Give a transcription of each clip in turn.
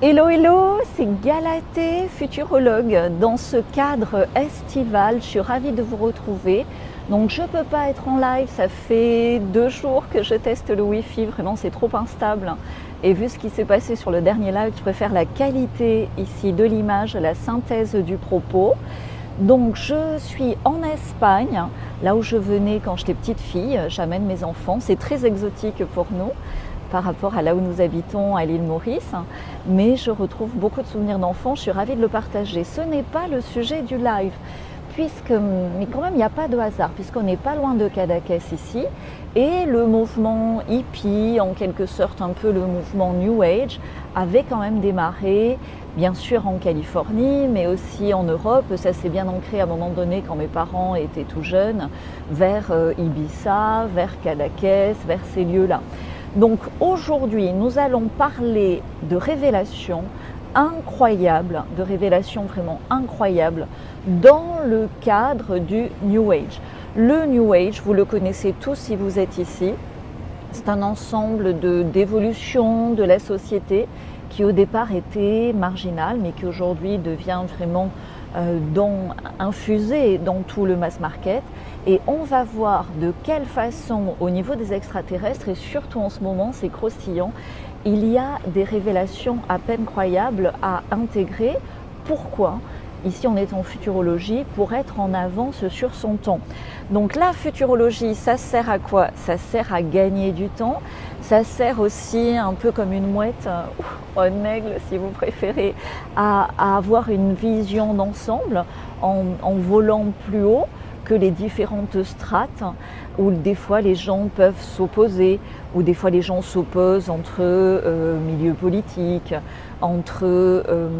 Hello, hello, c'est Galatée, futurologue. Dans ce cadre estival, je suis ravie de vous retrouver. Donc je ne peux pas être en live, ça fait 2 jours que je teste le Wi-Fi, vraiment c'est trop instable. Et vu ce qui s'est passé sur le dernier live, je préfère la qualité ici de l'image, la synthèse du propos. Donc je suis en Espagne, là où je venais quand j'étais petite fille, j'amène mes enfants, c'est très exotique pour nous par rapport à là où nous habitons à l'île Maurice, mais je retrouve beaucoup de souvenirs d'enfants, je suis ravie de le partager. Ce n'est pas le sujet du live, mais quand même il n'y a pas de hasard, puisqu'on n'est pas loin de Cadaqués ici, et le mouvement hippie, en quelque sorte un peu le mouvement New Age, avait quand même démarré, bien sûr en Californie, mais aussi en Europe. Ça s'est bien ancré à un moment donné quand mes parents étaient tout jeunes, vers Ibiza, vers Cadaqués, vers ces lieux-là. Donc aujourd'hui, nous allons parler de révélations incroyables, de révélations vraiment incroyables dans le cadre du New Age. Le New Age, vous le connaissez tous si vous êtes ici, c'est un ensemble d'évolutions de la société qui au départ était marginal, mais qui aujourd'hui devient vraiment infusé dans tout le mass market. Et on va voir de quelle façon, au niveau des extraterrestres, et surtout en ce moment, c'est croustillant, il y a des révélations à peine croyables à intégrer. Pourquoi ? Ici, on est en futurologie pour être en avance sur son temps. Donc la futurologie, ça sert à quoi ? Ça sert à gagner du temps. Ça sert aussi, un peu comme une mouette, un aigle si vous préférez, à avoir une vision d'ensemble en volant plus haut que les différentes strates, où des fois les gens peuvent s'opposer, où des fois les gens s'opposent entre milieux politiques, entre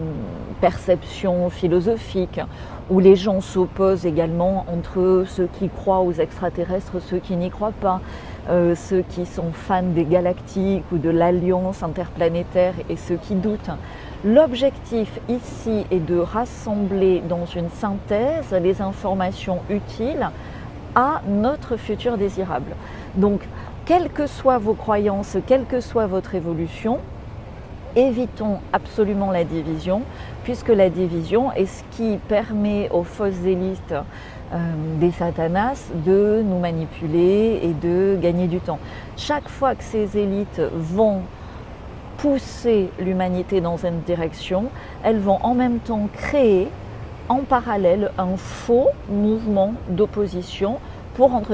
perceptions philosophiques, où les gens s'opposent également entre ceux qui croient aux extraterrestres, ceux qui n'y croient pas, ceux qui sont fans des galactiques ou de l'alliance interplanétaire et ceux qui doutent. L'objectif ici est de rassembler dans une synthèse les informations utiles à notre futur désirable. Donc, quelles que soient vos croyances, quelle que soit votre évolution, évitons absolument la division, puisque la division est ce qui permet aux fausses élites des satanas de nous manipuler et de gagner du temps. Chaque fois que ces élites vont pousser l'humanité dans une direction, elles vont en même temps créer en parallèle un faux mouvement d'opposition pour en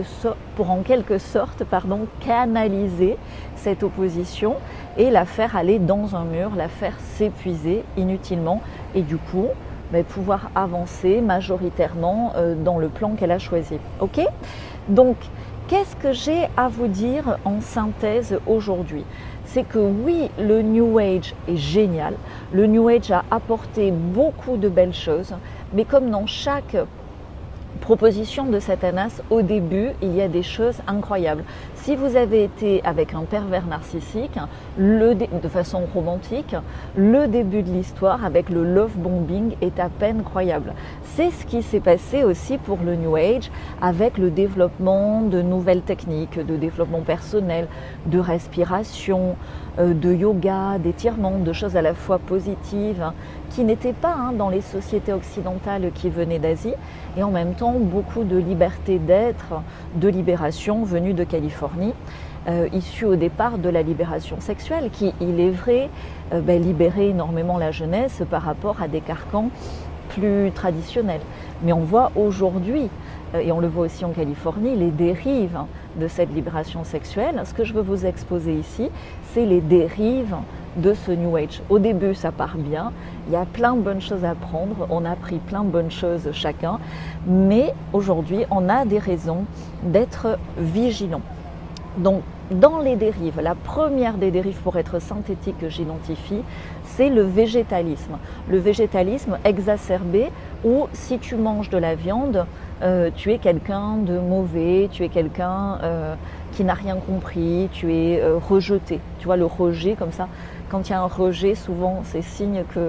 quelque sorte canaliser cette opposition et la faire aller dans un mur, la faire s'épuiser inutilement et du coup pouvoir avancer majoritairement dans le plan qu'elle a choisi. Ok ? Donc, qu'est-ce que j'ai à vous dire en synthèse aujourd'hui ? C'est que oui, le New Age est génial. Le New Age a apporté beaucoup de belles choses, mais comme dans chaque proposition de Satanas, au début, il y a des choses incroyables. Si vous avez été avec un pervers narcissique, de façon romantique, le début de l'histoire avec le love bombing est à peine croyable. C'est ce qui s'est passé aussi pour le New Age avec le développement de nouvelles techniques, de développement personnel, de respiration, de yoga, d'étirement, de choses à la fois positives qui n'étaient pas dans les sociétés occidentales qui venaient d'Asie et en même temps beaucoup de liberté d'être, de libération venue de Californie, issue au départ de la libération sexuelle qui, il est vrai, libérait énormément la jeunesse par rapport à des carcans plus traditionnels. Mais on voit aujourd'hui, et on le voit aussi en Californie, les dérives de cette libération sexuelle. Ce que je veux vous exposer ici, c'est les dérives de ce New Age. Au début, ça part bien, il y a plein de bonnes choses à apprendre, on a appris plein de bonnes choses chacun, mais aujourd'hui, on a des raisons d'être vigilants. Donc, dans les dérives, la première des dérives pour être synthétique que j'identifie, c'est le végétalisme. Le végétalisme exacerbé où si tu manges de la viande, tu es quelqu'un de mauvais, tu es quelqu'un qui n'a rien compris, tu es rejeté. Tu vois le rejet comme ça, quand il y a un rejet, souvent c'est signe que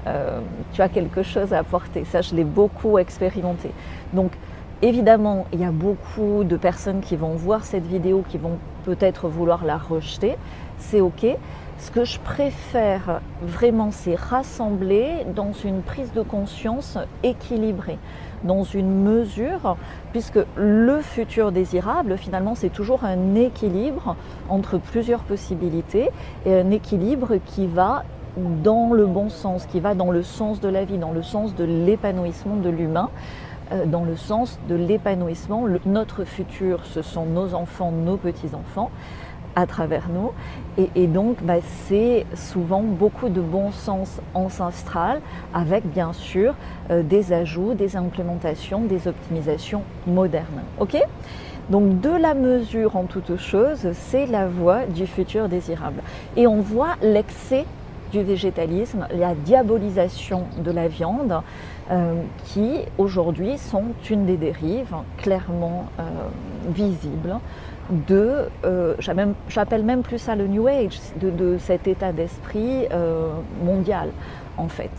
tu as quelque chose à apporter. Ça, je l'ai beaucoup expérimenté. Donc, évidemment, il y a beaucoup de personnes qui vont voir cette vidéo, qui vont peut-être vouloir la rejeter, c'est ok. Ce que je préfère vraiment, c'est rassembler dans une prise de conscience équilibrée, dans une mesure, puisque le futur désirable, finalement, c'est toujours un équilibre entre plusieurs possibilités, et un équilibre qui va dans le bon sens, qui va dans le sens de la vie, dans le sens de l'épanouissement de l'humain, dans le sens de l'épanouissement. Notre futur, ce sont nos enfants, nos petits-enfants, à travers nous, et donc c'est souvent beaucoup de bon sens ancestral, avec bien sûr des ajouts, des implémentations, des optimisations modernes. Ok ? Donc de la mesure en toute chose, c'est la voie du futur désirable. Et on voit l'excès du végétalisme, la diabolisation de la viande, qui aujourd'hui sont une des dérives clairement visibles de, j'appelle même plus ça le New Age, de cet état d'esprit mondial en fait,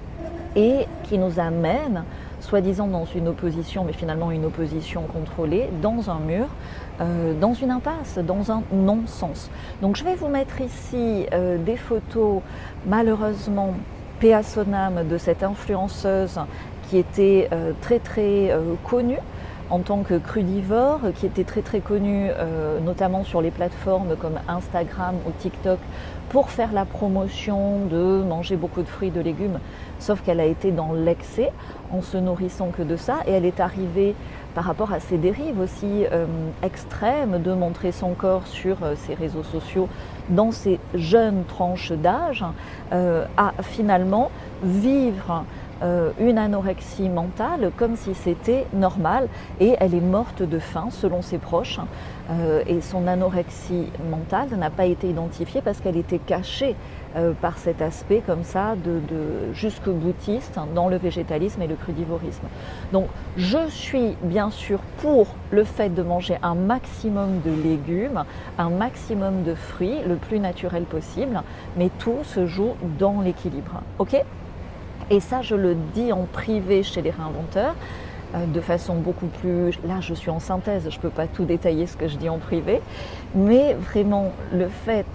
et qui nous amène, soi-disant dans une opposition, mais finalement une opposition contrôlée, dans un mur, dans une impasse, dans un non-sens. Donc je vais vous mettre ici des photos, malheureusement, paix à son âme, de cette influenceuse qui était très connue en tant que crudivore, qui était très connue notamment sur les plateformes comme Instagram ou TikTok pour faire la promotion de manger beaucoup de fruits et de légumes, sauf qu'elle a été dans l'excès en se nourrissant que de ça, et elle est arrivée par rapport à ses dérives aussi extrêmes de montrer son corps sur ses réseaux sociaux dans ces jeunes tranches d'âge, à finalement vivre une anorexie mentale comme si c'était normal, et elle est morte de faim selon ses proches, et son anorexie mentale n'a pas été identifiée parce qu'elle était cachée par cet aspect comme ça de jusque boutiste dans le végétalisme et le crudivorisme. Donc je suis bien sûr pour le fait de manger un maximum de légumes, un maximum de fruits, le plus naturel possible, mais tout se joue dans l'équilibre. Ok ? Et ça, je le dis en privé chez les réinventeurs, de façon beaucoup plus... Là, je suis en synthèse, je ne peux pas tout détailler ce que je dis en privé, mais vraiment, le fait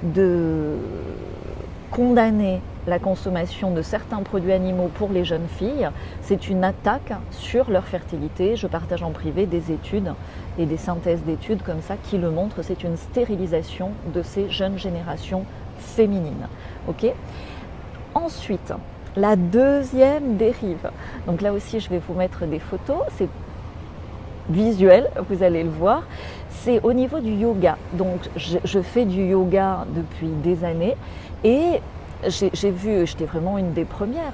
de condamner la consommation de certains produits animaux pour les jeunes filles, c'est une attaque sur leur fertilité. Je partage en privé des études et des synthèses d'études comme ça qui le montrent. C'est une stérilisation de ces jeunes générations féminines. Ok ? Ensuite, la deuxième dérive, donc là aussi je vais vous mettre des photos, c'est visuel, vous allez le voir, c'est au niveau du yoga. Donc je fais du yoga depuis des années, et j'ai vu, j'étais vraiment une des premières,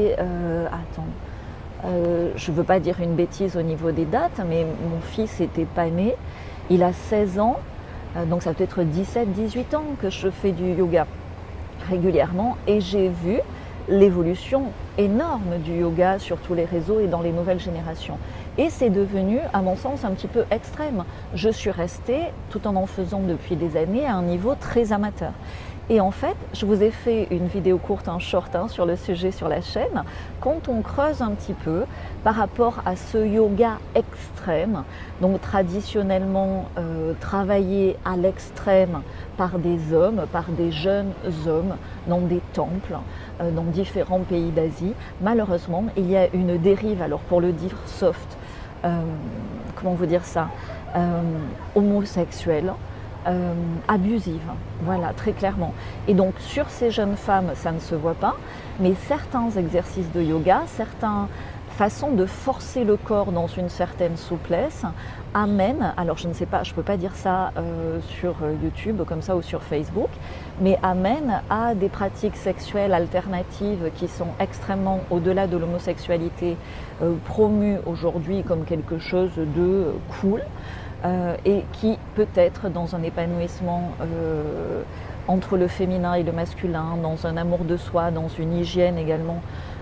je ne veux pas dire une bêtise au niveau des dates, mais mon fils n'était pas né, il a 16 ans, donc ça peut être 17-18 ans que je fais du yoga régulièrement, et j'ai vu l'évolution énorme du yoga sur tous les réseaux et dans les nouvelles générations. Et c'est devenu, à mon sens, un petit peu extrême. Je suis restée, tout en faisant depuis des années, à un niveau très amateur. Et en fait, je vous ai fait une vidéo courte, un short sur le sujet sur la chaîne. Quand on creuse un petit peu par rapport à ce yoga extrême, donc traditionnellement travaillé à l'extrême par des hommes, par des jeunes hommes, dans des temples, dans différents pays d'Asie, malheureusement, il y a une dérive, alors pour le dire soft, comment vous dire ça, homosexuelle, abusive, voilà, très clairement. Et donc sur ces jeunes femmes, ça ne se voit pas, mais certains exercices de yoga, certaines façons de forcer le corps dans une certaine souplesse amènent, alors je ne sais pas, je ne peux pas dire ça sur YouTube comme ça ou sur Facebook, mais amènent à des pratiques sexuelles alternatives qui sont extrêmement au-delà de l'homosexualité, promues aujourd'hui comme quelque chose de cool. Et qui peut être dans un épanouissement entre le féminin et le masculin, dans un amour de soi, dans une hygiène également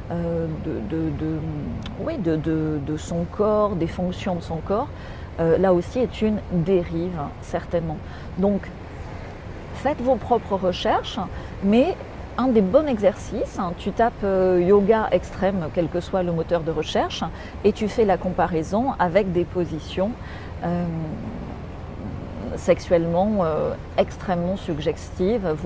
de son corps, des fonctions de son corps, là aussi est une dérive, certainement. Donc, faites vos propres recherches, mais un des bons exercices, tu tapes yoga extrême, quel que soit le moteur de recherche, et tu fais la comparaison avec des positions sexuellement extrêmement suggestives, voire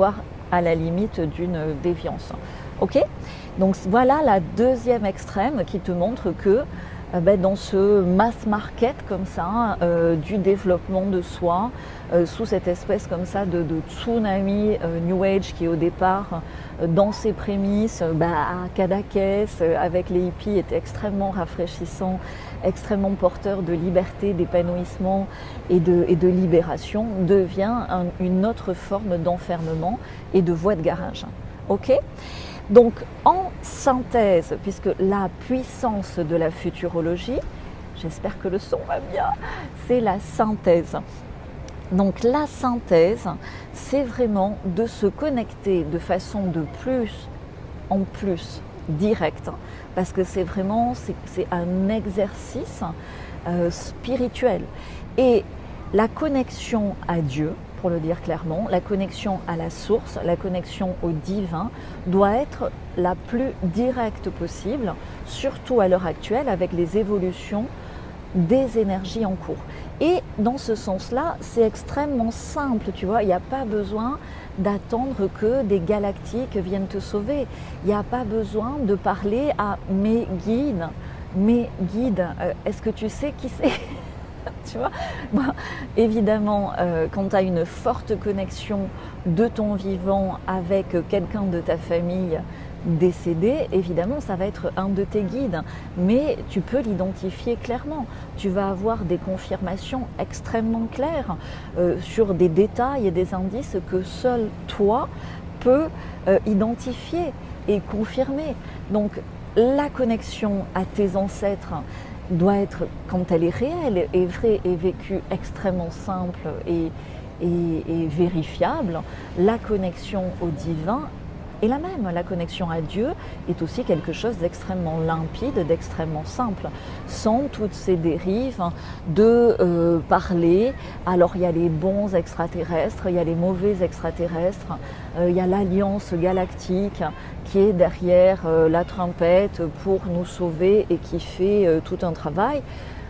à la limite d'une déviance. Ok? Donc voilà la deuxième extrême qui te montre que dans ce mass market comme ça, du développement de soi, sous cette espèce comme ça de tsunami New Age qui au départ, dans ses prémices, à Cadaqués, avec les hippies, était extrêmement rafraîchissant, extrêmement porteur de liberté, d'épanouissement et de libération, devient une autre forme d'enfermement et de voie de garage. Ok ? Donc, en synthèse, puisque la puissance de la futurologie, j'espère que le son va bien, c'est la synthèse. Donc, la synthèse, c'est vraiment de se connecter de façon de plus en plus directe, parce que c'est vraiment c'est un exercice spirituel. Et la connexion à Dieu, pour le dire clairement, la connexion à la source, la connexion au divin doit être la plus directe possible, surtout à l'heure actuelle avec les évolutions des énergies en cours. Et dans ce sens-là, c'est extrêmement simple, tu vois, il n'y a pas besoin d'attendre que des galactiques viennent te sauver. Il n'y a pas besoin de parler à mes guides. Mes guides, est-ce que tu sais qui c'est? Tu vois, évidemment, quand tu as une forte connexion de ton vivant avec quelqu'un de ta famille décédé, évidemment, ça va être un de tes guides, mais tu peux l'identifier clairement. Tu vas avoir des confirmations extrêmement claires sur des détails et des indices que seul toi peux identifier et confirmer. Donc, la connexion à tes ancêtres doit être, quand elle est réelle, et vraie et vécue, extrêmement simple et vérifiable. La connexion au divin est la même. La connexion à Dieu est aussi quelque chose d'extrêmement limpide, d'extrêmement simple, sans toutes ces dérives de parler. Alors il y a les bons extraterrestres, il y a les mauvais extraterrestres, il y a l'alliance galactique qui est derrière la trompette pour nous sauver et qui fait tout un travail.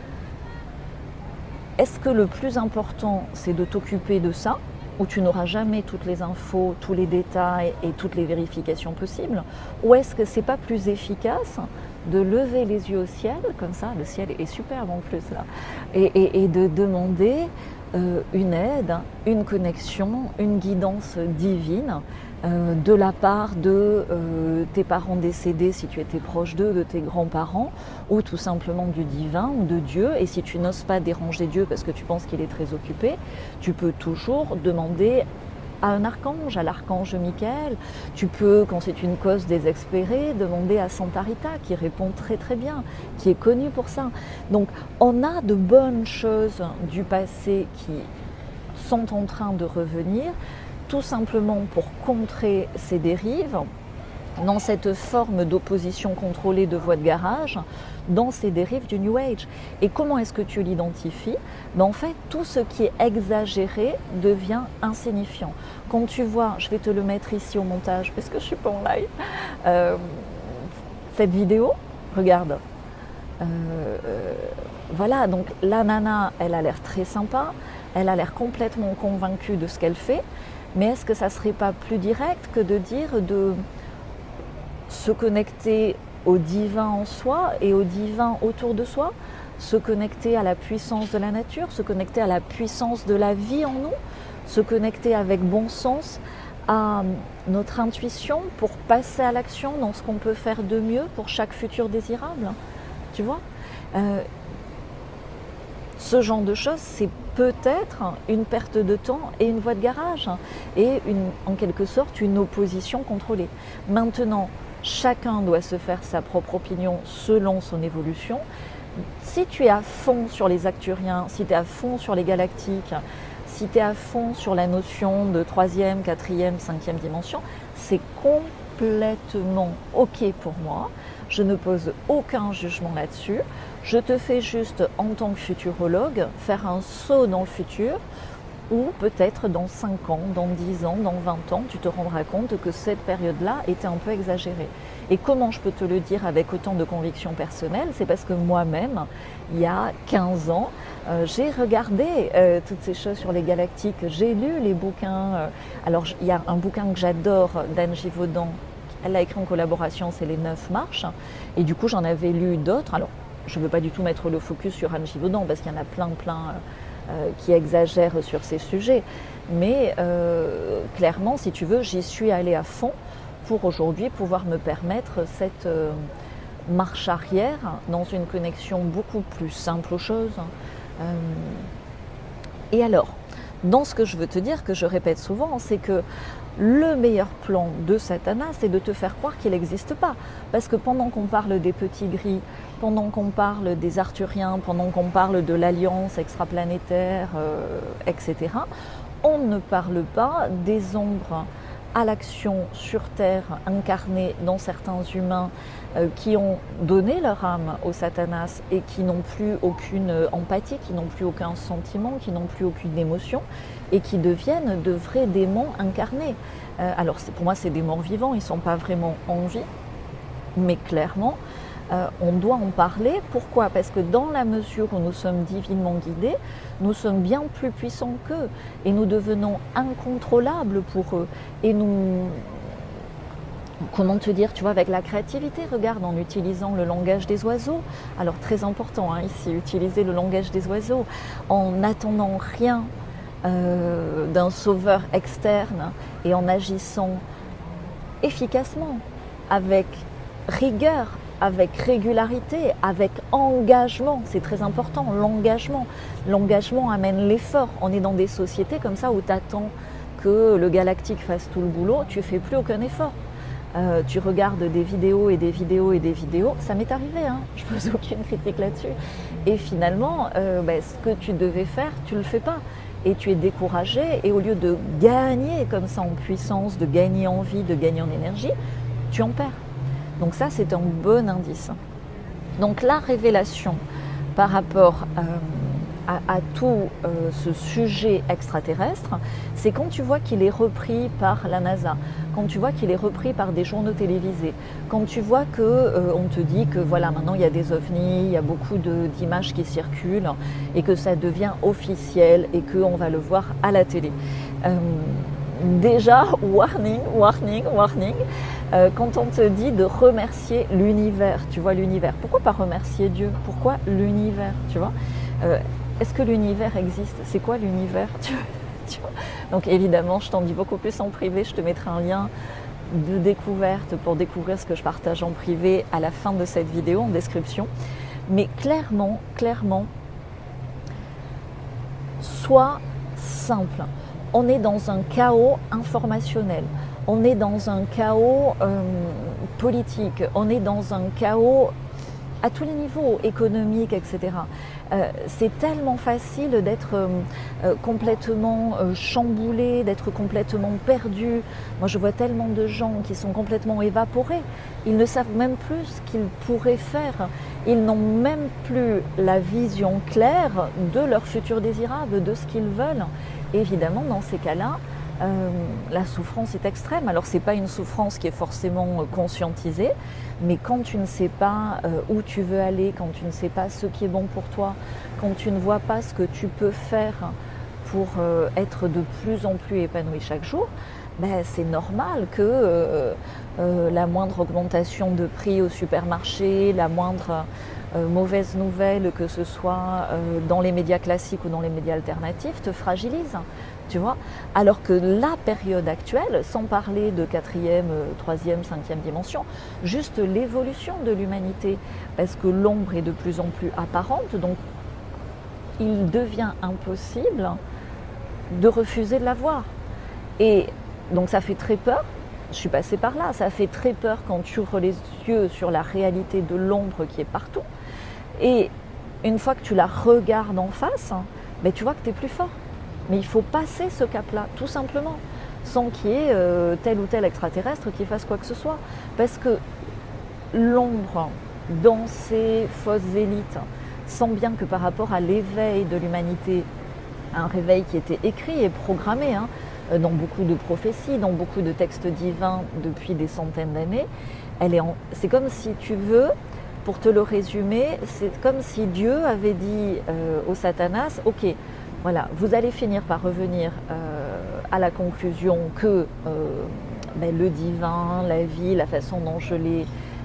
Est-ce que le plus important, c'est de t'occuper de ça, où tu n'auras jamais toutes les infos, tous les détails et toutes les vérifications possibles? Ou est-ce que c'est pas plus efficace de lever les yeux au ciel, comme ça, le ciel est superbe en plus là, et de demander une aide, une connexion, une guidance divine de la part de tes parents décédés si tu étais proche d'eux, de tes grands-parents, ou tout simplement du divin ou de Dieu. Et si tu n'oses pas déranger Dieu parce que tu penses qu'il est très occupé, tu peux toujours demander à un archange, à l'archange Michael. Tu peux, quand c'est une cause désespérée, demander à Santa Rita qui répond très très bien, qui est connue pour ça. Donc on a de bonnes choses du passé qui sont en train de revenir, tout simplement pour contrer ces dérives, dans cette forme d'opposition contrôlée de voie de garage, dans ces dérives du New Age. Et comment est-ce que tu l'identifies? En fait, tout ce qui est exagéré devient insignifiant. Quand tu vois, je vais te le mettre ici au montage, parce que je ne suis pas en live, cette vidéo, regarde. Voilà, donc la nana, elle a l'air très sympa, elle a l'air complètement convaincue de ce qu'elle fait, mais est-ce que ça ne serait pas plus direct que de dire de se connecter au divin en soi et au divin autour de soi, se connecter à la puissance de la nature, se connecter à la puissance de la vie en nous, se connecter avec bon sens à notre intuition pour passer à l'action dans ce qu'on peut faire de mieux pour chaque futur désirable. Tu vois, ce genre de choses, c'est peut-être une perte de temps et une voie de garage et en quelque sorte une opposition contrôlée. Maintenant, chacun doit se faire sa propre opinion selon son évolution. Si tu es à fond sur les acturiens, si tu es à fond sur les galactiques, si tu es à fond sur la notion de 3e, 4e, 5e dimension, c'est complètement OK pour moi. Je ne pose aucun jugement là-dessus. Je te fais juste, en tant que futurologue, faire un saut dans le futur où peut-être dans 5 ans, dans 10 ans, dans 20 ans, tu te rendras compte que cette période-là était un peu exagérée. Et comment je peux te le dire avec autant de conviction personnelle? C'est parce que moi-même, il y a 15 ans, J'ai regardé toutes ces choses sur les galactiques, j'ai lu les bouquins. Alors il y a un bouquin que j'adore d'Anne Givaudan, elle l'a écrit en collaboration, c'est Les 9 marches, et du coup j'en avais lu d'autres. Alors je ne veux pas du tout mettre le focus sur Anne Givaudan parce qu'il y en a plein qui exagèrent sur ces sujets, mais clairement si tu veux j'y suis allée à fond pour aujourd'hui pouvoir me permettre cette marche arrière dans une connexion beaucoup plus simple aux choses. Et alors, dans ce que je veux te dire, que je répète souvent, c'est que le meilleur plan de Satanas, c'est de te faire croire qu'il n'existe pas. Parce que pendant qu'on parle des petits gris, pendant qu'on parle des Arthuriens, pendant qu'on parle de l'alliance extraplanétaire, etc., on ne parle pas des ombres à l'action sur Terre, incarnées dans certains humains qui ont donné leur âme au Satanas et qui n'ont plus aucune empathie, qui n'ont plus aucun sentiment, qui n'ont plus aucune émotion et qui deviennent de vrais démons incarnés. Alors pour moi c'est des morts vivants, ils ne sont pas vraiment en vie, mais clairement on doit en parler. Pourquoi? Parce que dans la mesure où nous sommes divinement guidés, nous sommes bien plus puissants qu'eux et nous devenons incontrôlables pour eux. Et nous, comment te dire, tu vois, avec la créativité, regarde, en utilisant le langage des oiseaux, alors très important ici, utiliser le langage des oiseaux, en n'attendant rien d'un sauveur externe et en agissant efficacement, avec rigueur, avec régularité, avec engagement, c'est très important, l'engagement. L'engagement amène l'effort. On est dans des sociétés comme ça où tu attends que le galactique fasse tout le boulot, tu ne fais plus aucun effort. Tu regardes des vidéos et des vidéos et des vidéos, ça m'est arrivé, je ne pose aucune critique là-dessus. Et finalement, ce que tu devais faire, tu ne le fais pas. Et tu es découragé, et au lieu de gagner comme ça en puissance, de gagner en vie, de gagner en énergie, tu en perds. Donc ça, c'est un bon indice. Donc la révélation par rapport à tout ce sujet extraterrestre, c'est quand tu vois qu'il est repris par la NASA, quand tu vois qu'il est repris par des journaux télévisés, quand tu vois qu'on te dit que voilà, maintenant il y a des ovnis, il y a beaucoup d'images qui circulent et que ça devient officiel et qu'on va le voir à la télé. Déjà, warning, quand on te dit de remercier l'univers, tu vois l'univers, pourquoi pas remercier Dieu? Pourquoi l'univers, tu vois? Est-ce que l'univers existe? C'est quoi l'univers? Tu vois. Donc évidemment, je t'en dis beaucoup plus en privé, je te mettrai un lien de découverte pour découvrir ce que je partage en privé à la fin de cette vidéo en description. Mais clairement, sois simple. On est dans un chaos informationnel, on est dans un chaos politique, on est dans un chaos à tous les niveaux, économiques, etc. C'est tellement facile d'être complètement chamboulé, d'être complètement perdu. Moi, je vois tellement de gens qui sont complètement évaporés. Ils ne savent même plus ce qu'ils pourraient faire. Ils n'ont même plus la vision claire de leur futur désirable, de ce qu'ils veulent. Et évidemment, dans ces cas-là, la souffrance est extrême. Alors, ce n'est pas une souffrance qui est forcément conscientisée, mais quand tu ne sais pas où tu veux aller, quand tu ne sais pas ce qui est bon pour toi, quand tu ne vois pas ce que tu peux faire pour être de plus en plus épanoui chaque jour, c'est normal que la moindre augmentation de prix au supermarché, la moindre mauvaise nouvelle, que ce soit dans les médias classiques ou dans les médias alternatifs, te fragilise. Tu vois, alors que la période actuelle, sans parler de 4e, 3e, 5e dimension, juste l'évolution de l'humanité, parce que l'ombre est de plus en plus apparente, donc il devient impossible de refuser de la voir. Et donc ça fait très peur, je suis passée par là, ça fait très peur quand tu ouvres les yeux sur la réalité de l'ombre qui est partout. Et une fois que tu la regardes en face, tu vois que tu es plus fort. Mais il faut passer ce cap-là, tout simplement, sans qu'il y ait tel ou tel extraterrestre qui fasse quoi que ce soit. Parce que l'ombre, dans ces fausses élites, sent bien que par rapport à l'éveil de l'humanité, un réveil qui était écrit et programmé dans beaucoup de prophéties, dans beaucoup de textes divins depuis des centaines d'années, c'est comme si tu veux, pour te le résumer, c'est comme si Dieu avait dit au Satanas, ok, voilà, vous allez finir par revenir à la conclusion que le divin, la vie, la façon dont je l'ai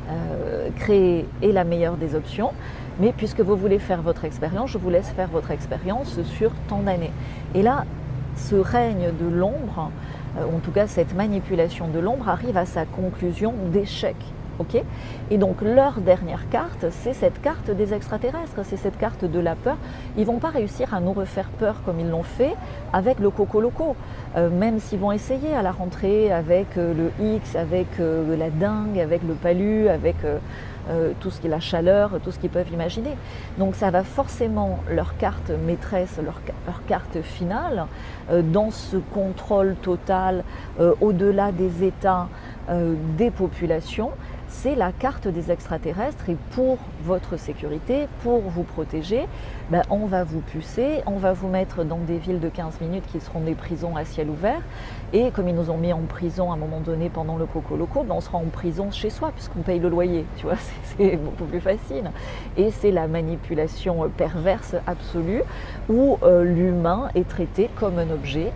créé est la meilleure des options. Mais puisque vous voulez faire votre expérience, je vous laisse faire votre expérience sur tant d'années. Et là, ce règne de l'ombre, en tout cas cette manipulation de l'ombre, arrive à sa conclusion d'échec. Okay, et donc leur dernière carte, c'est cette carte des extraterrestres, c'est cette carte de la peur. Ils ne vont pas réussir à nous refaire peur comme ils l'ont fait avec le Coco Loco, même s'ils vont essayer à la rentrée avec le X, avec la dingue, avec le palu, avec tout ce qui est la chaleur, tout ce qu'ils peuvent imaginer. Donc ça va forcément leur carte maîtresse, leur carte finale, dans ce contrôle total au-delà des États, des populations. C'est la carte des extraterrestres et pour votre sécurité, pour vous protéger, on va vous pucer, on va vous mettre dans des villes de 15 minutes qui seront des prisons à ciel ouvert. Et comme ils nous ont mis en prison à un moment donné pendant le Coco Loco, on sera en prison chez soi puisqu'on paye le loyer. Tu vois, c'est beaucoup plus facile. Et c'est la manipulation perverse absolue où l'humain est traité comme un objet.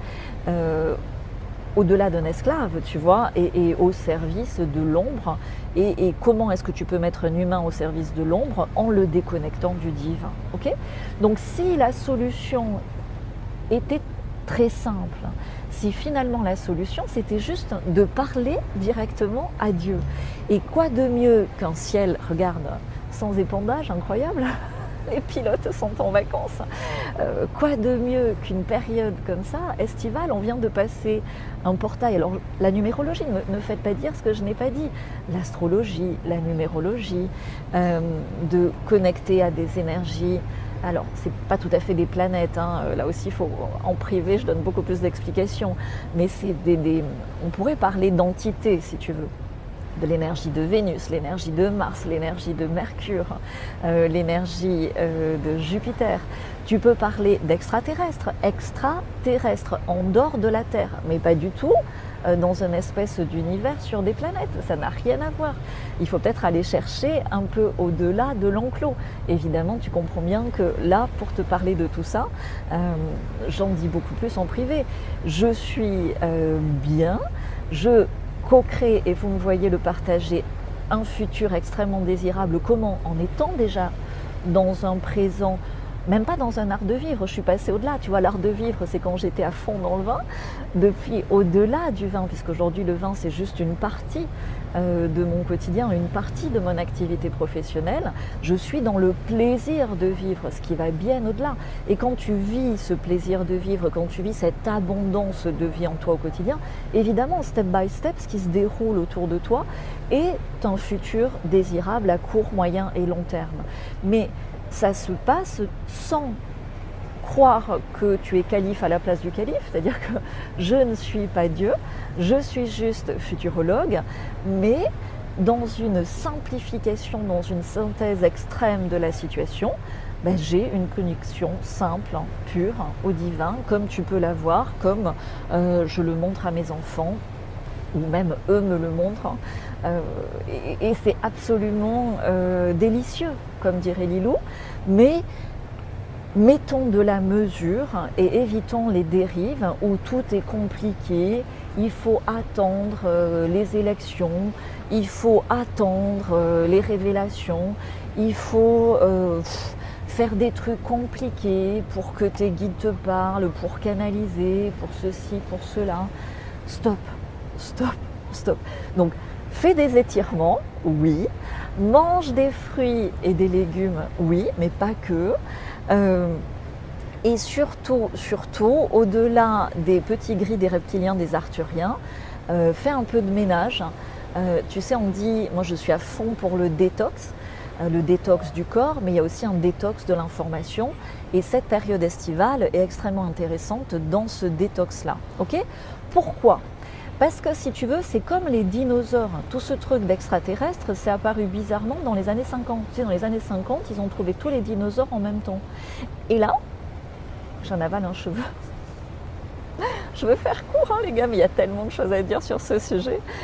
Au-delà d'un esclave, tu vois, et au service de l'ombre. Et comment est-ce que tu peux mettre un humain au service de l'ombre en le déconnectant du divin, ok? Donc si la solution était très simple, si finalement la solution c'était juste de parler directement à Dieu, et quoi de mieux qu'un ciel, regarde, sans épandage, incroyable. Les pilotes sont en vacances. Quoi de mieux qu'une période comme ça, estivale, on vient de passer un portail. Alors la numérologie, ne me faites pas dire ce que je n'ai pas dit. L'astrologie, la numérologie, de connecter à des énergies. Alors, c'est pas tout à fait des planètes, hein. Là aussi, en privé, je donne beaucoup plus d'explications. Mais c'est on pourrait parler d'entités, si tu veux. De l'énergie de Vénus, l'énergie de Mars, l'énergie de Mercure, l'énergie de Jupiter. Tu peux parler d'extraterrestres, extraterrestres en dehors de la Terre, mais pas du tout dans une espèce d'univers sur des planètes. Ça n'a rien à voir. Il faut peut-être aller chercher un peu au-delà de l'enclos. Évidemment, tu comprends bien que là, pour te parler de tout ça, j'en dis beaucoup plus en privé. Je suis bien, je co-créer, et vous me voyez le partager, un futur extrêmement désirable. Comment? En étant déjà dans un présent, même pas dans un art de vivre, je suis passée au-delà. Tu vois, l'art de vivre, c'est quand j'étais à fond dans le vin, depuis au-delà du vin, puisqu'aujourd'hui le vin c'est juste une partie de mon quotidien, une partie de mon activité professionnelle. Je suis dans le plaisir de vivre, ce qui va bien au-delà. Et quand tu vis ce plaisir de vivre, quand tu vis cette abondance de vie en toi au quotidien, évidemment, step by step, ce qui se déroule autour de toi est un futur désirable à court, moyen et long terme. Mais ça se passe sans croire que tu es calife à la place du calife, c'est-à-dire que je ne suis pas Dieu, je suis juste futurologue, mais dans une simplification, dans une synthèse extrême de la situation, j'ai une connexion simple, pure, au divin, comme tu peux l'avoir, comme je le montre à mes enfants, ou même eux me le montrent, et c'est absolument délicieux, comme dirait Lilou, mais mettons de la mesure et évitons les dérives où tout est compliqué, il faut attendre les élections, il faut attendre les révélations, il faut faire des trucs compliqués pour que tes guides te parlent, pour canaliser, pour ceci, pour cela. Stop, stop, stop. Donc, fais des étirements, oui. Mange des fruits et des légumes, oui, mais pas que. Et surtout, au-delà des petits gris, des reptiliens, des arthuriens, fais un peu de ménage. Tu sais, on dit, moi je suis à fond pour le détox du corps, mais il y a aussi un détox de l'information. Et cette période estivale est extrêmement intéressante dans ce détox-là. Ok ? Pourquoi ? Parce que si tu veux, c'est comme les dinosaures. Tout ce truc d'extraterrestre, c'est apparu bizarrement dans les années 50. Tu sais, dans les années 50, ils ont trouvé tous les dinosaures en même temps. Et là, j'en avale un cheveu. Je veux faire court, hein, les gars, mais il y a tellement de choses à dire sur ce sujet.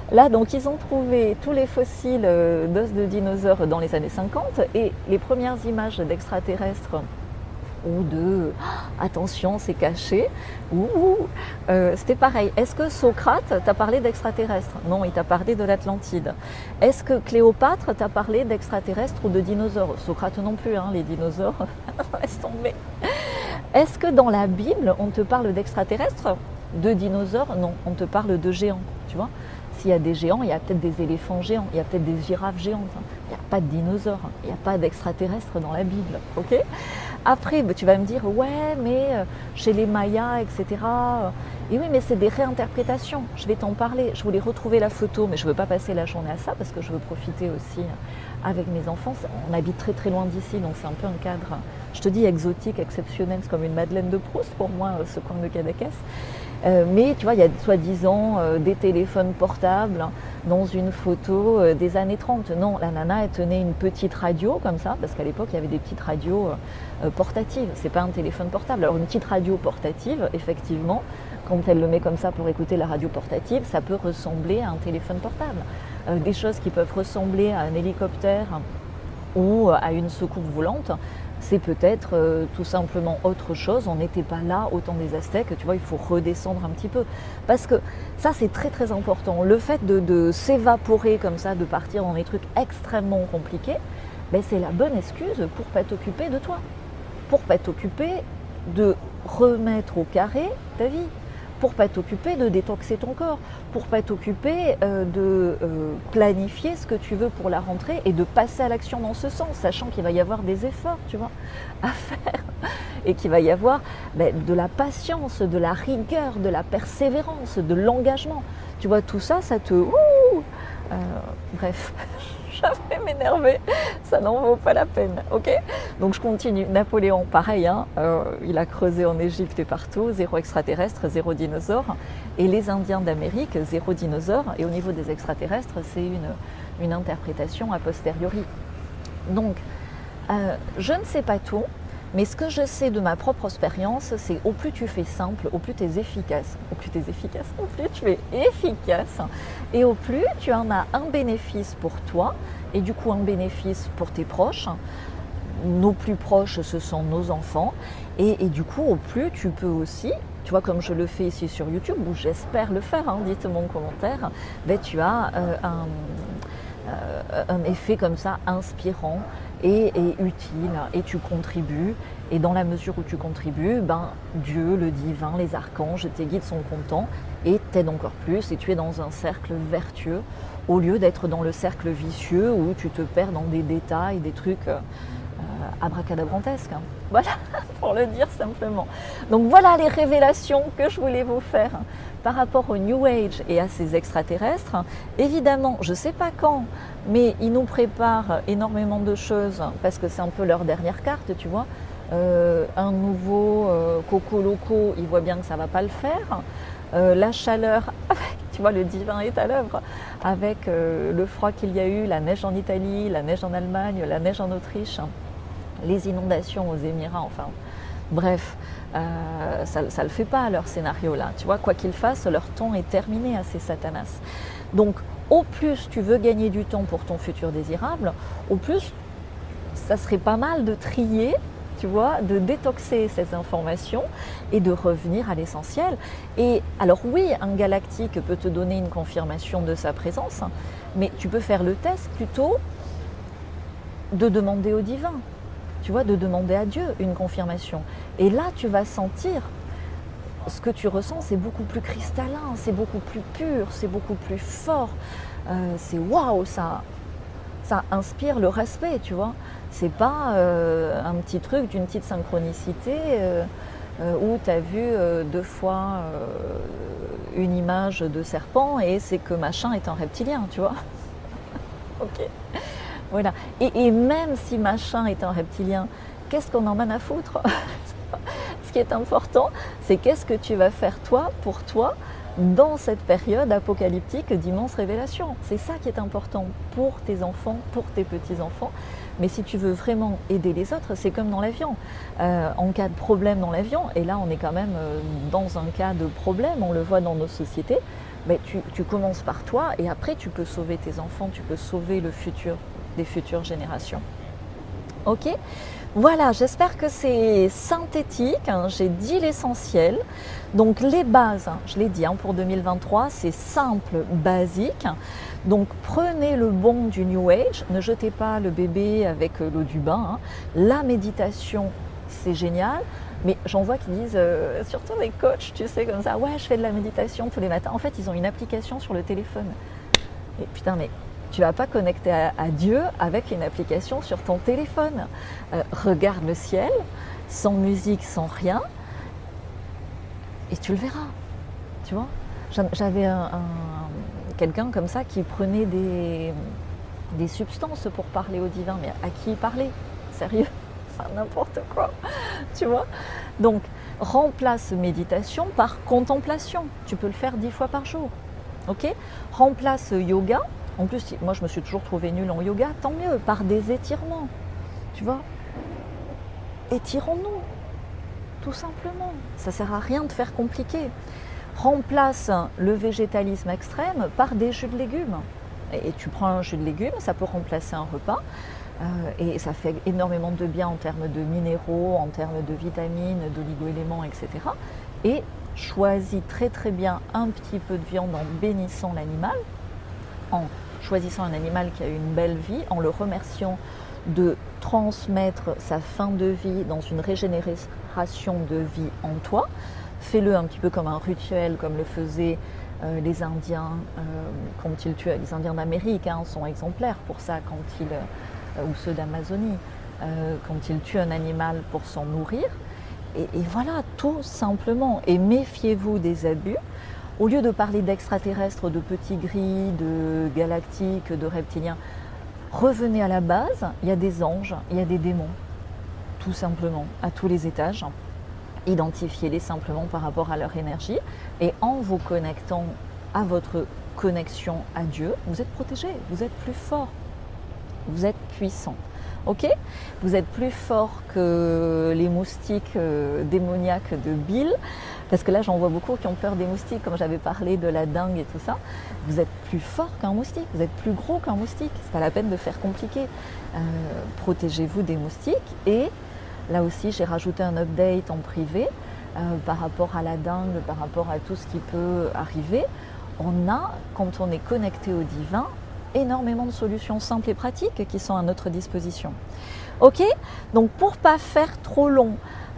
Là, donc, ils ont trouvé tous les fossiles d'os de dinosaures dans les années 50 et les premières images d'extraterrestres ou de attention, c'est caché, c'était pareil. Est-ce que Socrate t'a parlé d'extraterrestres? Non, il t'a parlé de l'Atlantide. Est-ce que Cléopâtre t'a parlé d'extraterrestres ou de dinosaures? Socrate non plus, hein, les dinosaures, laisse tomber. Est-ce que dans la Bible, on te parle d'extraterrestres? De dinosaures? Non, on te parle de géants, tu vois. S'il y a des géants, il y a peut-être des éléphants géants, il y a peut-être des girafes géantes. Il n'y a pas de dinosaures, il n'y a pas d'extraterrestres dans la Bible, ok? Après, tu vas me dire, ouais, mais chez les Mayas, etc. Et oui, mais c'est des réinterprétations. Je vais t'en parler. Je voulais retrouver la photo, mais je ne veux pas passer la journée à ça parce que je veux profiter aussi avec mes enfants. On habite très très loin d'ici, donc c'est un peu un cadre, je te dis, exotique, exceptionnel. C'est comme une Madeleine de Proust pour moi, ce coin de Cadaqués. Mais tu vois, il y a soi-disant des téléphones portables dans une photo des années 30. Non, la nana, elle tenait une petite radio comme ça, parce qu'à l'époque, il y avait des petites radios portatives. C'est pas un téléphone portable. Alors, une petite radio portative, effectivement, quand elle le met comme ça pour écouter la radio portative, ça peut ressembler à un téléphone portable. Des choses qui peuvent ressembler à un hélicoptère ou à une secours volante, c'est peut-être tout simplement autre chose. On n'était pas là au temps des Aztèques, tu vois, il faut redescendre un petit peu. Parce que ça, c'est très très important. Le fait de s'évaporer comme ça, de partir dans des trucs extrêmement compliqués, ben, c'est la bonne excuse pour ne pas t'occuper de toi. Pour ne pas t'occuper de remettre au carré ta vie. Pour ne pas t'occuper de détoxer ton corps, pour ne pas t'occuper de planifier ce que tu veux pour la rentrée et de passer à l'action dans ce sens, sachant qu'il va y avoir des efforts, tu vois, à faire et qu'il va y avoir de la patience, de la rigueur, de la persévérance, de l'engagement. Tu vois, tout ça, ça te... bref, je vais m'énerver, ça n'en vaut pas la peine, ok? Donc je continue. Napoléon, pareil, hein, il a creusé en Égypte et partout, zéro extraterrestre, zéro dinosaure. Et les Indiens d'Amérique, zéro dinosaure. Et au niveau des extraterrestres, c'est une interprétation a posteriori. Donc, je ne sais pas tout. Mais ce que je sais de ma propre expérience, c'est au plus tu fais simple, au plus tu es efficace. Au plus tu es efficace, au plus tu es efficace. Et au plus tu en as un bénéfice pour toi et du coup un bénéfice pour tes proches. Nos plus proches, ce sont nos enfants. Et du coup, au plus tu peux aussi, tu vois, comme je le fais ici sur YouTube, ou j'espère le faire, hein, dites-moi en commentaire, tu as un effet comme ça inspirant et utile, et tu contribues, et dans la mesure où tu contribues, Dieu, le divin, les archanges, tes guides sont contents et t'aident encore plus, et tu es dans un cercle vertueux au lieu d'être dans le cercle vicieux où tu te perds dans des détails, des trucs abracadabrantesques. Voilà, pour le dire simplement. Donc voilà les révélations que je voulais vous faire par rapport au New Age et à ces extraterrestres. Évidemment, je ne sais pas quand, mais ils nous préparent énormément de choses parce que c'est un peu leur dernière carte, tu vois. Un nouveau Coco Loco, ils voient bien que ça ne va pas le faire. La chaleur, tu vois, le divin est à l'œuvre avec le froid qu'il y a eu, la neige en Italie, la neige en Allemagne, la neige en Autriche, les inondations aux Émirats, enfin bref, ça ne le fait pas leur scénario là, tu vois, quoi qu'ils fassent, leur temps est terminé à ces satanas. Donc au plus tu veux gagner du temps pour ton futur désirable, au plus ça serait pas mal de trier, tu vois, de détoxer ces informations et de revenir à l'essentiel. Et alors oui, un galactique peut te donner une confirmation de sa présence, mais tu peux faire le test plutôt de demander au divin, tu vois, de demander à Dieu une confirmation. Et là, tu vas sentir ce que tu ressens, c'est beaucoup plus cristallin, c'est beaucoup plus pur, c'est beaucoup plus fort. C'est waouh, ça inspire le respect, tu vois. C'est pas un petit truc d'une petite synchronicité où tu as vu 2 fois une image de serpent et c'est que machin est un reptilien, tu vois. Ok. Voilà. Et même si machin est un reptilien, qu'est-ce qu'on en a à foutre? Ce qui est important, c'est qu'est-ce que tu vas faire toi, pour toi, dans cette période apocalyptique d'immenses révélations. C'est ça qui est important pour tes enfants, pour tes petits-enfants. Mais si tu veux vraiment aider les autres, c'est comme dans l'avion. En cas de problème dans l'avion, et là on est quand même dans un cas de problème, on le voit dans nos sociétés, mais tu commences par toi et après tu peux sauver tes enfants, tu peux sauver le futur des futures générations. Ok? Voilà, j'espère que c'est synthétique, hein, j'ai dit l'essentiel. Donc les bases, hein, je l'ai dit hein, pour 2023, c'est simple, basique. Donc prenez le bon du New Age, ne jetez pas le bébé avec l'eau du bain. Hein. La méditation, c'est génial. Mais j'en vois qui disent, surtout les coachs, tu sais, comme ça, ouais, je fais de la méditation tous les matins. En fait, ils ont une application sur le téléphone. Et putain, mais tu vas pas connecter à Dieu avec une application sur ton téléphone. Regarde le ciel, sans musique, sans rien, et tu le verras. Tu vois, j'avais quelqu'un comme ça qui prenait des substances pour parler au divin, mais à qui il parlait? Sérieux? Enfin, n'importe quoi, tu vois. Donc, remplace méditation par contemplation. Tu peux le faire 10 fois par jour. Ok? Remplace yoga. En plus, moi, je me suis toujours trouvée nulle en yoga. Tant mieux, par des étirements. Tu vois? Étirons-nous, tout simplement. Ça ne sert à rien de faire compliqué. Remplace le végétalisme extrême par des jus de légumes. Et tu prends un jus de légumes, ça peut remplacer un repas. Et ça fait énormément de bien en termes de minéraux, en termes de vitamines, d'oligo-éléments, etc. Et choisis très très bien un petit peu de viande en bénissant l'animal, en choisissant un animal qui a une belle vie, en le remerciant de transmettre sa fin de vie dans une régénération de vie en toi. Fais-le un petit peu comme un rituel, comme le faisaient les Indiens quand ils tuaient. Les Indiens d'Amérique hein, sont exemplaires pour ça quand ils ou ceux d'Amazonie, quand ils tuent un animal pour s'en nourrir. Et voilà, tout simplement. Et méfiez-vous des abus. Au lieu de parler d'extraterrestres, de petits gris, de galactiques, de reptiliens, revenez à la base. Il y a des anges, il y a des démons, tout simplement, à tous les étages. Identifiez-les simplement par rapport à leur énergie. Et en vous connectant à votre connexion à Dieu, vous êtes protégé, vous êtes plus fort. Vous êtes puissant, ok? Vous êtes plus fort que les moustiques démoniaques de Bill, parce que là j'en vois beaucoup qui ont peur des moustiques, comme j'avais parlé de la dengue et tout ça. Vous êtes plus fort qu'un moustique, vous êtes plus gros qu'un moustique, c'est pas la peine de faire compliqué. Protégez-vous des moustiques. Et là aussi j'ai rajouté un update en privé par rapport à la dengue, par rapport à tout ce qui peut arriver. On a, quand on est connecté au divin, énormément de solutions simples et pratiques qui sont à notre disposition. Ok? Donc pour pas faire trop long,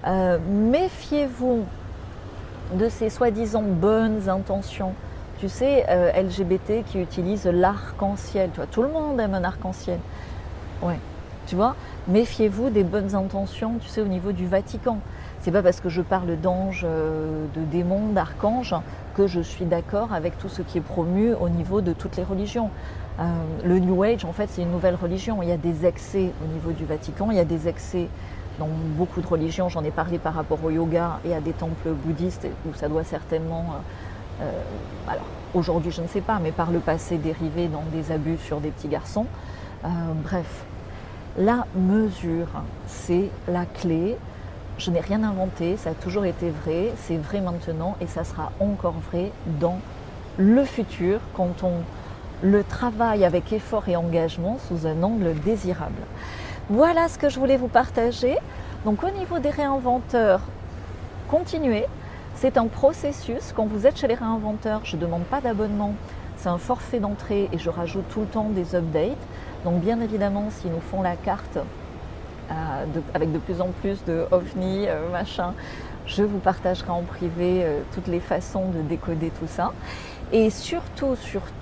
méfiez-vous de ces soi-disant bonnes intentions. Tu sais, LGBT qui utilisent l'arc-en-ciel. Tu vois, tout le monde aime un arc-en-ciel. Ouais. Tu vois, méfiez-vous des bonnes intentions, tu sais, au niveau du Vatican. C'est pas parce que je parle d'anges, de démons, d'archanges que je suis d'accord avec tout ce qui est promu au niveau de toutes les religions. Le New Age, en fait, c'est une nouvelle religion. Il y a des excès au niveau du Vatican, il y a des excès dans beaucoup de religions. J'en ai parlé par rapport au yoga et à des temples bouddhistes où ça doit certainement, alors aujourd'hui je ne sais pas, mais par le passé dériver dans des abus sur des petits garçons. Bref, la mesure, c'est la clé. Je n'ai rien inventé, ça a toujours été vrai, c'est vrai maintenant et ça sera encore vrai dans le futur quand on le travaille avec effort et engagement sous un angle désirable. Voilà ce que je voulais vous partager. Donc au niveau des réinventeurs, continuez. C'est un processus. Quand vous êtes chez les réinventeurs, je ne demande pas d'abonnement. C'est un forfait d'entrée et je rajoute tout le temps des updates. Donc bien évidemment, s'ils nous font la carte avec de plus en plus de ovnis, machin, je vous partagerai en privé toutes les façons de décoder tout ça. Et surtout,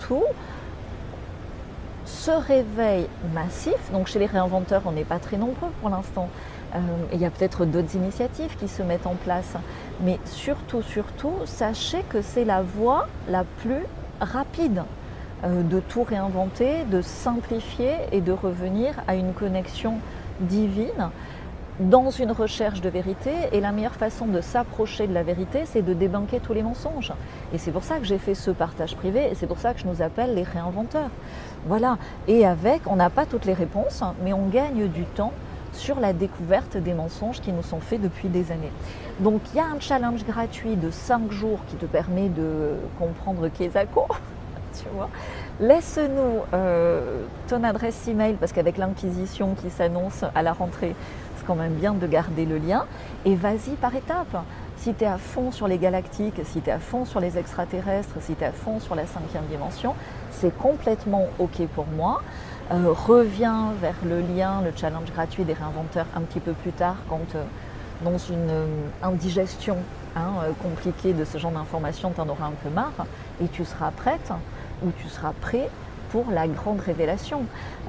ce réveil massif, donc chez les réinventeurs, on n'est pas très nombreux pour l'instant. Il y a peut-être d'autres initiatives qui se mettent en place. Mais surtout, sachez que c'est la voie la plus rapide de tout réinventer, de simplifier et de revenir à une connexion divine dans une recherche de vérité. Et la meilleure façon de s'approcher de la vérité, c'est de débunker tous les mensonges. Et c'est pour ça que j'ai fait ce partage privé et c'est pour ça que je nous appelle les réinventeurs. Voilà. Et avec, on n'a pas toutes les réponses, mais on gagne du temps sur la découverte des mensonges qui nous sont faits depuis des années. Donc il y a un challenge gratuit de 5 jours qui te permet de comprendre Kesako, tu vois. Laisse-nous ton adresse email parce qu'avec l'inquisition qui s'annonce à la rentrée, c'est quand même bien de garder le lien et vas-y par étapes. Si tu es à fond sur les galactiques, si tu es à fond sur les extraterrestres, si tu es à fond sur la 5e dimension, c'est complètement OK pour moi. Reviens vers le lien, le challenge gratuit des réinventeurs un petit peu plus tard quand dans une indigestion compliquée de ce genre d'informations, tu en auras un peu marre et tu seras prête ou tu seras prêt pour la grande révélation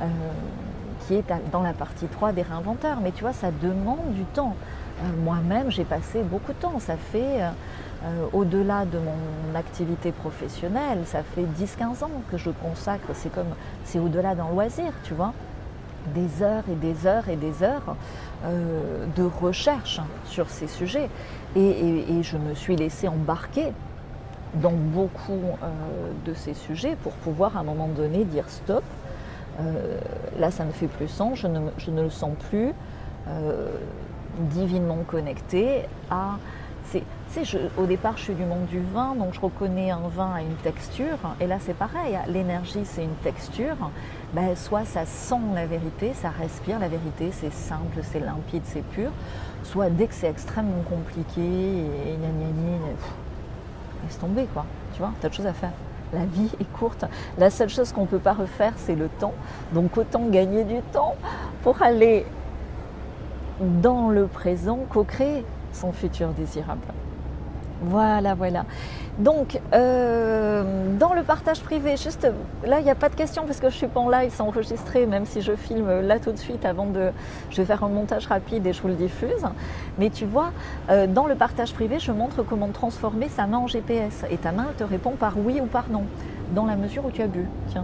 qui est dans la partie 3 des réinventeurs. Mais tu vois, ça demande du temps. Moi-même, j'ai passé beaucoup de temps. Ça fait, au-delà de mon activité professionnelle, ça fait 10-15 ans que je consacre, c'est au-delà d'un loisir, tu vois, des heures et des heures et des heures de recherche sur ces sujets. Et je me suis laissée embarquer dans beaucoup de ces sujets pour pouvoir à un moment donné dire stop, là ça ne fait plus sens, je ne le sens plus divinement connecté à... au départ je suis du monde du vin, donc je reconnais un vin à une texture, et là c'est pareil, l'énergie c'est une texture, ben, soit ça sent la vérité, ça respire la vérité, c'est simple, c'est limpide, c'est pur, soit dès que c'est extrêmement compliqué et gna gna gna, laisse tomber quoi, tu vois, t'as de choses à faire. La vie est courte, la seule chose qu'on ne peut pas refaire c'est le temps, donc autant gagner du temps pour aller dans le présent, co-créer son futur désirable. Voilà, voilà. Donc, dans le partage privé, juste là, il n'y a pas de question parce que je ne suis pas en live, c'est enregistré, même si je filme là tout de suite avant de... Je vais faire un montage rapide et je vous le diffuse. Mais tu vois, dans le partage privé, je montre comment transformer sa main en GPS. Et ta main te répond par oui ou par non, dans la mesure où tu as bu. Tiens.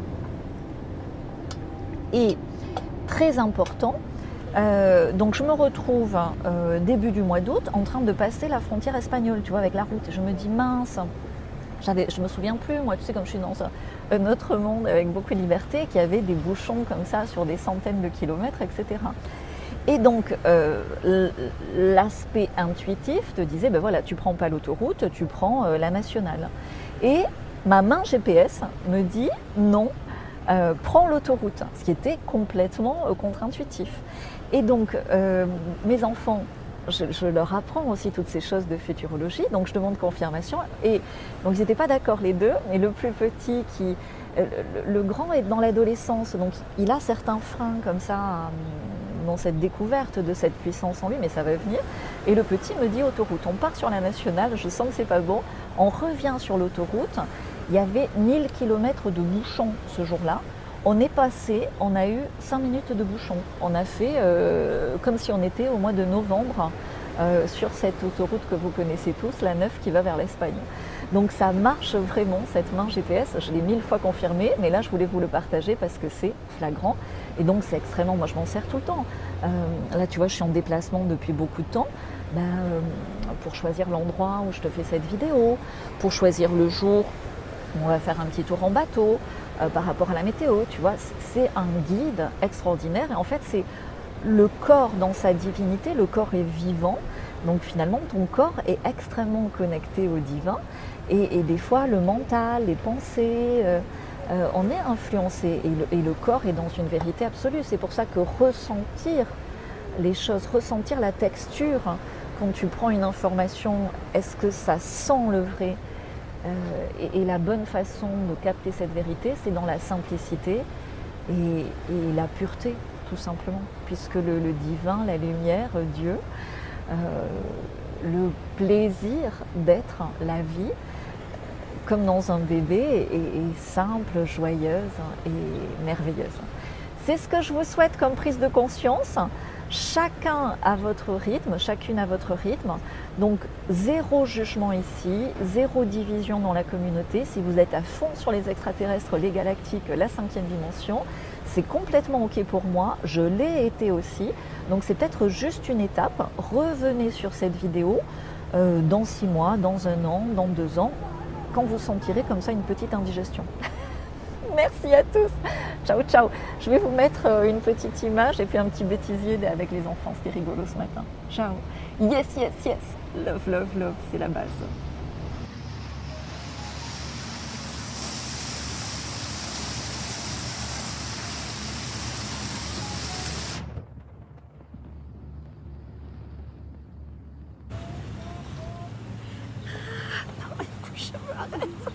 Et très important, donc je me retrouve début du mois d'août en train de passer la frontière espagnole, tu vois, avec la route. Je me dis mince, je me souviens plus, moi, tu sais, comme je suis dans un autre monde avec beaucoup de liberté, qu'il y avait des bouchons comme ça sur des centaines de kilomètres, etc. Et donc l'aspect intuitif te disait, ben voilà, tu prends pas l'autoroute, tu prends la nationale. Et ma main GPS me dit non. Prends l'autoroute, ce qui était complètement contre-intuitif. Et donc, mes enfants, je leur apprends aussi toutes ces choses de futurologie, donc je demande confirmation. Et donc, ils n'étaient pas d'accord les deux, mais le plus petit, le grand est dans l'adolescence, donc il a certains freins comme ça dans cette découverte de cette puissance en lui, mais ça va venir. Et le petit me dit autoroute, on part sur la nationale, je sens que c'est pas bon, on revient sur l'autoroute. Il y avait 1000 km de bouchons ce jour-là. On est passé, on a eu 5 minutes de bouchons. On a fait comme si on était au mois de novembre sur cette autoroute que vous connaissez tous, la 9 qui va vers l'Espagne. Donc ça marche vraiment, cette main GPS. Je l'ai 1000 fois confirmée, mais là je voulais vous le partager parce que c'est flagrant. Et donc c'est extrêmement, moi je m'en sers tout le temps. Là tu vois, je suis en déplacement depuis beaucoup de temps. Pour choisir l'endroit où je te fais cette vidéo, pour choisir le jour, on va faire un petit tour en bateau par rapport à la météo, tu vois, c'est un guide extraordinaire et en fait c'est le corps dans sa divinité, le corps est vivant, donc finalement ton corps est extrêmement connecté au divin et des fois le mental, les pensées, on est influencé et le corps est dans une vérité absolue, c'est pour ça que ressentir les choses, ressentir la texture, quand tu prends une information, est-ce que ça sent le vrai ? Et la bonne façon de capter cette vérité, c'est dans la simplicité et la pureté, tout simplement. Puisque le divin, la lumière, Dieu, le plaisir d'être la vie, comme dans un bébé, est simple, joyeuse et merveilleuse. C'est ce que je vous souhaite comme prise de conscience. Chacun à votre rythme, chacune à votre rythme. Donc zéro jugement ici, zéro division dans la communauté. Si vous êtes à fond sur les extraterrestres, les galactiques, la 5e dimension, c'est complètement OK pour moi. Je l'ai été aussi. Donc c'est peut-être juste une étape. Revenez sur cette vidéo dans 6 mois, dans 1 an, dans 2 ans, quand vous sentirez comme ça une petite indigestion. Merci à tous. Ciao, ciao. Je vais vous mettre une petite image et puis un petit bêtisier avec les enfants. C'était rigolo ce matin. Ciao. Yes, yes, yes. Love, love, love. C'est la base. Je me arrête.